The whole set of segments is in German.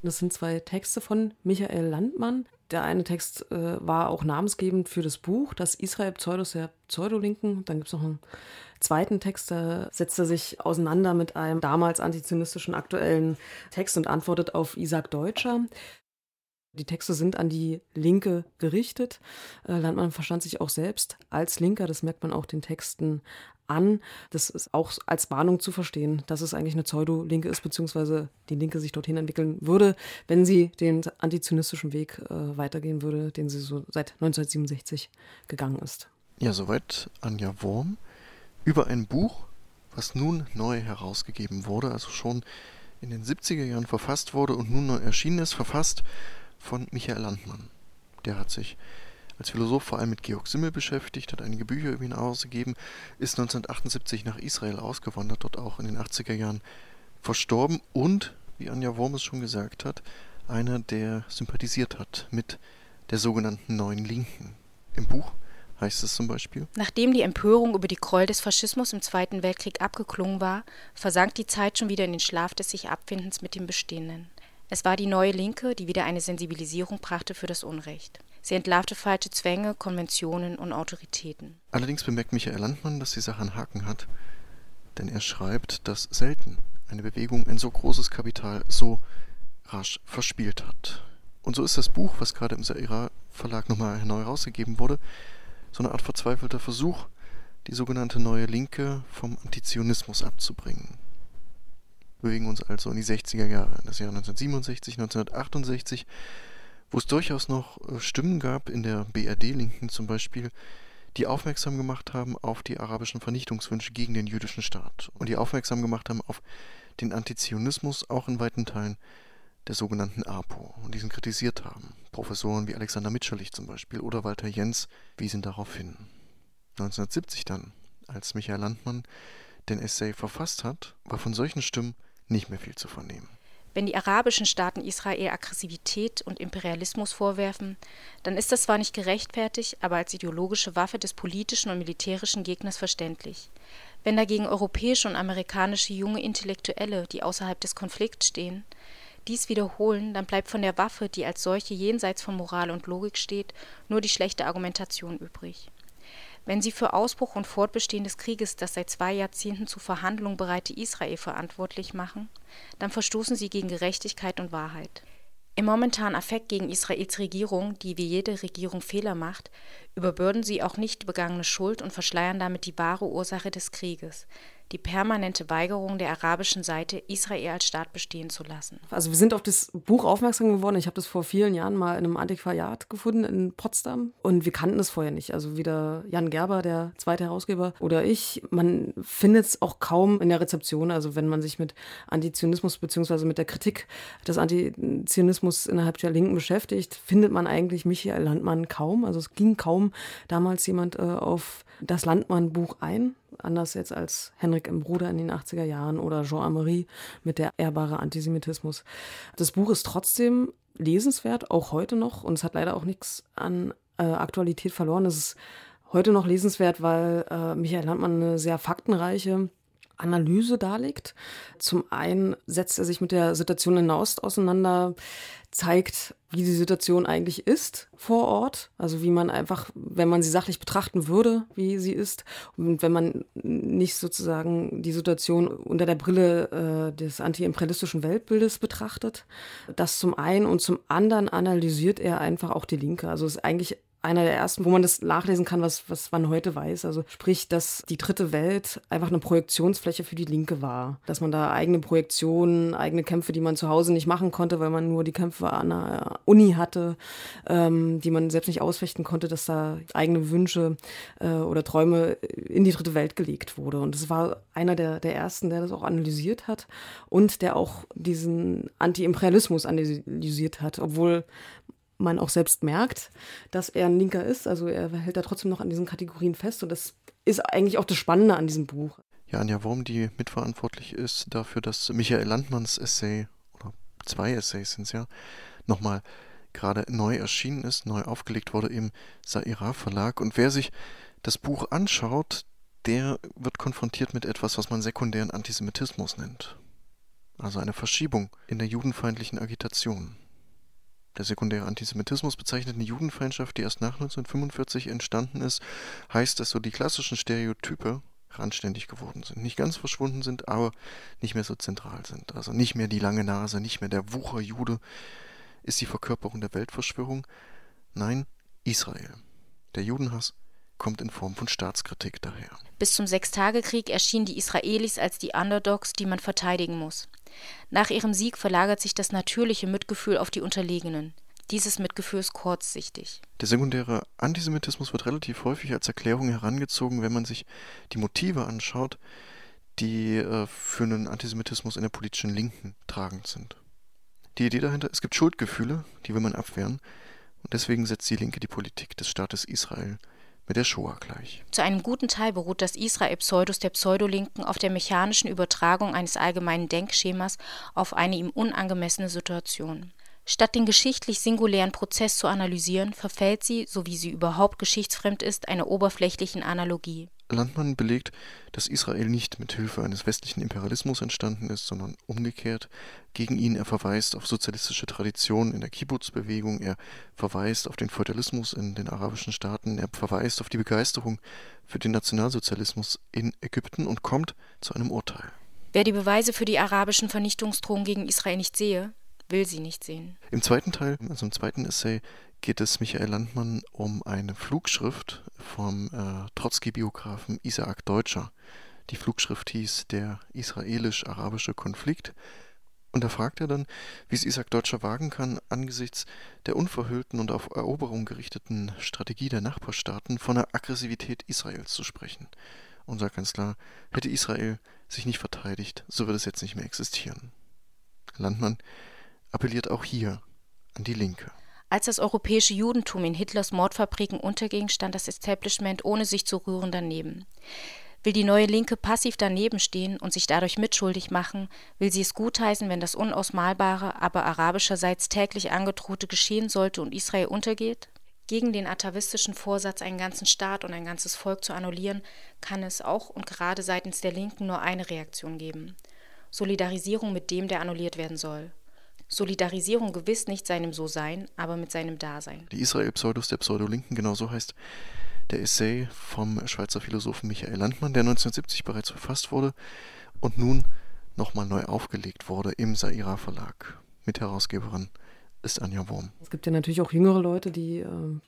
Das sind 2 Texte von Michael Landmann. Der eine Text war auch namensgebend für das Buch, das Israel Pseudos der Pseudolinken. Dann gibt es noch einen zweiten Text, da setzt er sich auseinander mit einem damals antizionistischen aktuellen Text und antwortet auf Isaac Deutscher. Die Texte sind an die Linke gerichtet. Landmann verstand sich auch selbst als Linker, das merkt man auch den Texten an. Das ist auch als Warnung zu verstehen, dass es eigentlich eine Pseudo-Linke ist, beziehungsweise die Linke sich dorthin entwickeln würde, wenn sie den antizionistischen Weg weitergehen würde, den sie so seit 1967 gegangen ist. Ja, soweit Anja Worm über ein Buch, was nun neu herausgegeben wurde, also schon in den 70er Jahren verfasst wurde und nun neu erschienen ist, verfasst von Michael Landmann. Der hat sich als Philosoph vor allem mit Georg Simmel beschäftigt, hat einige Bücher über ihn ausgegeben, ist 1978 nach Israel ausgewandert, dort auch in den 80er Jahren verstorben und, wie Anja Worm es schon gesagt hat, einer, der sympathisiert hat mit der sogenannten Neuen Linken. Im Buch heißt es zum Beispiel: Nachdem die Empörung über die Gräuel des Faschismus im Zweiten Weltkrieg abgeklungen war, versank die Zeit schon wieder in den Schlaf des sich Abfindens mit dem Bestehenden. Es war die Neue Linke, die wieder eine Sensibilisierung brachte für das Unrecht. Sie entlarvte falsche Zwänge, Konventionen und Autoritäten. Allerdings bemerkt Michael Landmann, dass die Sache einen Haken hat, denn er schreibt, dass selten eine Bewegung ein so großes Kapital so rasch verspielt hat. Und so ist das Buch, was gerade im Saira Verlag nochmal neu rausgegeben wurde, so eine Art verzweifelter Versuch, die sogenannte Neue Linke vom Antizionismus abzubringen. Wir bewegen uns also in die 60er Jahre, das Jahr 1967, 1968, wo es durchaus noch Stimmen gab in der BRD-Linken zum Beispiel, die aufmerksam gemacht haben auf die arabischen Vernichtungswünsche gegen den jüdischen Staat und die aufmerksam gemacht haben auf den Antizionismus, auch in weiten Teilen der sogenannten APO, und diesen kritisiert haben. Professoren wie Alexander Mitscherlich zum Beispiel oder Walter Jens wiesen darauf hin. 1970 dann, als Michael Landmann den Essay verfasst hat, war von solchen Stimmen nicht mehr viel zu vernehmen. Wenn die arabischen Staaten Israel Aggressivität und Imperialismus vorwerfen, dann ist das zwar nicht gerechtfertigt, aber als ideologische Waffe des politischen und militärischen Gegners verständlich. Wenn dagegen europäische und amerikanische junge Intellektuelle, die außerhalb des Konflikts stehen, dies wiederholen, dann bleibt von der Waffe, die als solche jenseits von Moral und Logik steht, nur die schlechte Argumentation übrig. Wenn sie für Ausbruch und Fortbestehen des Krieges das seit 2 Jahrzehnten zu Verhandlungen bereite Israel verantwortlich machen, dann verstoßen sie gegen Gerechtigkeit und Wahrheit. Im momentanen Affekt gegen Israels Regierung, die wie jede Regierung Fehler macht, überbürden sie auch nicht die begangene Schuld und verschleiern damit die wahre Ursache des Krieges, die permanente Weigerung der arabischen Seite, Israel als Staat bestehen zu lassen. Also wir sind auf das Buch aufmerksam geworden. Ich habe das vor vielen Jahren mal in einem Antiquariat gefunden in Potsdam und wir kannten es vorher nicht. Also weder Jan Gerber, der zweite Herausgeber, oder ich. Man findet es auch kaum in der Rezeption. Also wenn man sich mit Antizionismus bzw. mit der Kritik des Antizionismus innerhalb der Linken beschäftigt, findet man eigentlich Michael Landmann kaum. Also es ging kaum damals jemand auf das Landmann-Buch ein. Anders jetzt als Henrik M. Bruder in den 80er Jahren oder Jean Amery mit der ehrbare Antisemitismus. Das Buch ist trotzdem lesenswert, auch heute noch. Und es hat leider auch nichts an Aktualität verloren. Es ist heute noch lesenswert, weil Michael Landmann eine sehr faktenreiche Analyse darlegt. Zum einen setzt er sich mit der Situation in Nahost auseinander, zeigt, wie die Situation eigentlich ist vor Ort, also wie man einfach, wenn man sie sachlich betrachten würde, wie sie ist, und wenn man nicht sozusagen die Situation unter der Brille des antiimperialistischen Weltbildes betrachtet. Das zum einen, und zum anderen analysiert er einfach auch die Linke. Also es ist eigentlich einer der ersten, wo man das nachlesen kann, was man heute weiß. Also sprich, dass die dritte Welt einfach eine Projektionsfläche für die Linke war. Dass man da eigene Projektionen, eigene Kämpfe, die man zu Hause nicht machen konnte, weil man nur die Kämpfe an der Uni hatte, die man selbst nicht ausfechten konnte, dass da eigene Wünsche oder Träume in die dritte Welt gelegt wurde. Und das war einer der ersten, der das auch analysiert hat und der auch diesen Anti-Imperialismus analysiert hat, obwohl man auch selbst merkt, dass er ein Linker ist. Also er hält da trotzdem noch an diesen Kategorien fest. Und das ist eigentlich auch das Spannende an diesem Buch. Ja, Anja Worm, die mitverantwortlich ist dafür, dass Michael Landmanns Essay, oder 2 Essays sind es ja, nochmal gerade neu erschienen ist, neu aufgelegt wurde im Saira Verlag. Und wer sich das Buch anschaut, der wird konfrontiert mit etwas, was man sekundären Antisemitismus nennt. also eine Verschiebung in der judenfeindlichen Agitation. Der sekundäre Antisemitismus bezeichnet eine Judenfeindschaft, die erst nach 1945 entstanden ist, heißt, dass so die klassischen Stereotype randständig geworden sind. Nicht ganz verschwunden sind, aber nicht mehr so zentral sind. Also nicht mehr die lange Nase, nicht mehr der Wucherjude ist die Verkörperung der Weltverschwörung. Nein, Israel. Der Judenhass kommt in Form von Staatskritik daher. Bis zum Sechstagekrieg erschienen die Israelis als die Underdogs, die man verteidigen muss. Nach ihrem Sieg verlagert sich das natürliche Mitgefühl auf die Unterlegenen. Dieses Mitgefühl ist kurzsichtig. Der sekundäre Antisemitismus wird relativ häufig als Erklärung herangezogen, wenn man sich die Motive anschaut, die für einen Antisemitismus in der politischen Linken tragend sind. Die Idee dahinter, es gibt Schuldgefühle, die will man abwehren, und deswegen setzt die Linke die Politik des Staates Israel mit der Shoah gleich. Zu einem guten Teil beruht das Israel-Pseudus der Pseudolinken auf der mechanischen Übertragung eines allgemeinen Denkschemas auf eine ihm unangemessene Situation. Statt den geschichtlich singulären Prozess zu analysieren, verfällt sie, so wie sie überhaupt geschichtsfremd ist, einer oberflächlichen Analogie. Landmann belegt, dass Israel nicht mit Hilfe eines westlichen Imperialismus entstanden ist, sondern umgekehrt gegen ihn. Er verweist auf sozialistische Traditionen in der Kibbutz-Bewegung, er verweist auf den Feudalismus in den arabischen Staaten, er verweist auf die Begeisterung für den Nationalsozialismus in Ägypten und kommt zu einem Urteil. Wer die Beweise für die arabischen Vernichtungsdrohungen gegen Israel nicht sehe, will sie nicht sehen. Im zweiten Teil, also im zweiten Essay, geht es Michael Landmann um eine Flugschrift vom Trotzki-Biografen Isaac Deutscher. Die Flugschrift hieß Der israelisch-arabische Konflikt. Und da fragt er dann, wie es Isaac Deutscher wagen kann, angesichts der unverhüllten und auf Eroberung gerichteten Strategie der Nachbarstaaten von der Aggressivität Israels zu sprechen. Und sagt ganz klar, hätte Israel sich nicht verteidigt, so würde es jetzt nicht mehr existieren. Landmann appelliert auch hier an die Linke. Als das europäische Judentum in Hitlers Mordfabriken unterging, stand das Establishment ohne sich zu rühren daneben. Will die neue Linke passiv daneben stehen und sich dadurch mitschuldig machen, will sie es gutheißen, wenn das Unausmalbare, aber arabischerseits täglich angedrohte geschehen sollte und Israel untergeht? Gegen den atavistischen Vorsatz, einen ganzen Staat und ein ganzes Volk zu annullieren, kann es auch und gerade seitens der Linken nur eine Reaktion geben: Solidarisierung mit dem, der annulliert werden soll. Solidarisierung gewiss nicht seinem So-Sein, aber mit seinem Dasein. Die Israel-Pseudus der Pseudolinken, genauso heißt der Essay vom Schweizer Philosophen Michael Landmann, der 1970 bereits verfasst wurde und nun nochmal neu aufgelegt wurde im Saira Verlag. Mitherausgeberin ist Anja Wurm. Es gibt ja natürlich auch jüngere Leute, die,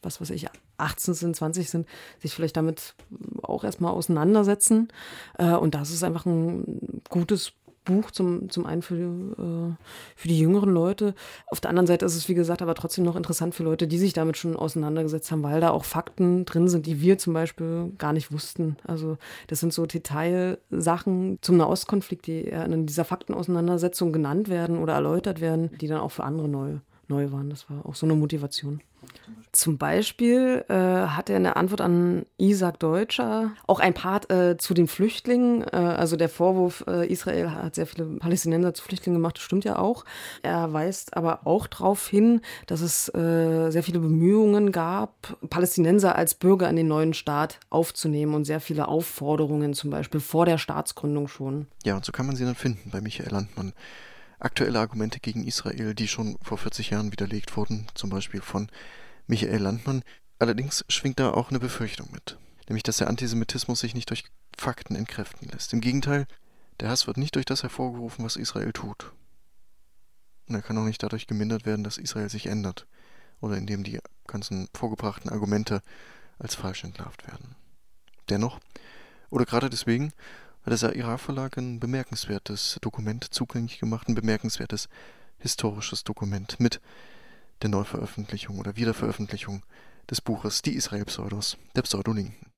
18 sind, 20 sind, sich vielleicht damit auch erstmal auseinandersetzen. Und das ist einfach ein gutes Buch zum einen für die jüngeren Leute. Auf der anderen Seite ist es, wie gesagt, aber trotzdem noch interessant für Leute, die sich damit schon auseinandergesetzt haben, weil da auch Fakten drin sind, die wir zum Beispiel gar nicht wussten. Also das sind so Detailsachen zum Nahostkonflikt, die in dieser Faktenauseinandersetzung genannt werden oder erläutert werden, die dann auch für andere neu waren. Das war auch so eine Motivation. Zum Beispiel hat er in der Antwort an Isaac Deutscher auch ein Part zu den Flüchtlingen. Also der Vorwurf, Israel hat sehr viele Palästinenser zu Flüchtlingen gemacht, das stimmt ja auch. Er weist aber auch darauf hin, dass es sehr viele Bemühungen gab, Palästinenser als Bürger in den neuen Staat aufzunehmen und sehr viele Aufforderungen zum Beispiel vor der Staatsgründung schon. Ja, und so kann man sie dann finden bei Michael Landmann. Aktuelle Argumente gegen Israel, die schon vor 40 Jahren widerlegt wurden, zum Beispiel von Michael Landmann. Allerdings schwingt da auch eine Befürchtung mit, nämlich dass der Antisemitismus sich nicht durch Fakten entkräften lässt. Im Gegenteil, der Hass wird nicht durch das hervorgerufen, was Israel tut. Und er kann auch nicht dadurch gemindert werden, dass Israel sich ändert oder indem die ganzen vorgebrachten Argumente als falsch entlarvt werden. Dennoch, oder gerade deswegen, hat der Saira Verlag ein bemerkenswertes Dokument zugänglich gemacht, ein bemerkenswertes historisches Dokument mit der Neuveröffentlichung oder Wiederveröffentlichung des Buches Die Israel-Pseudos der Pseudolinken.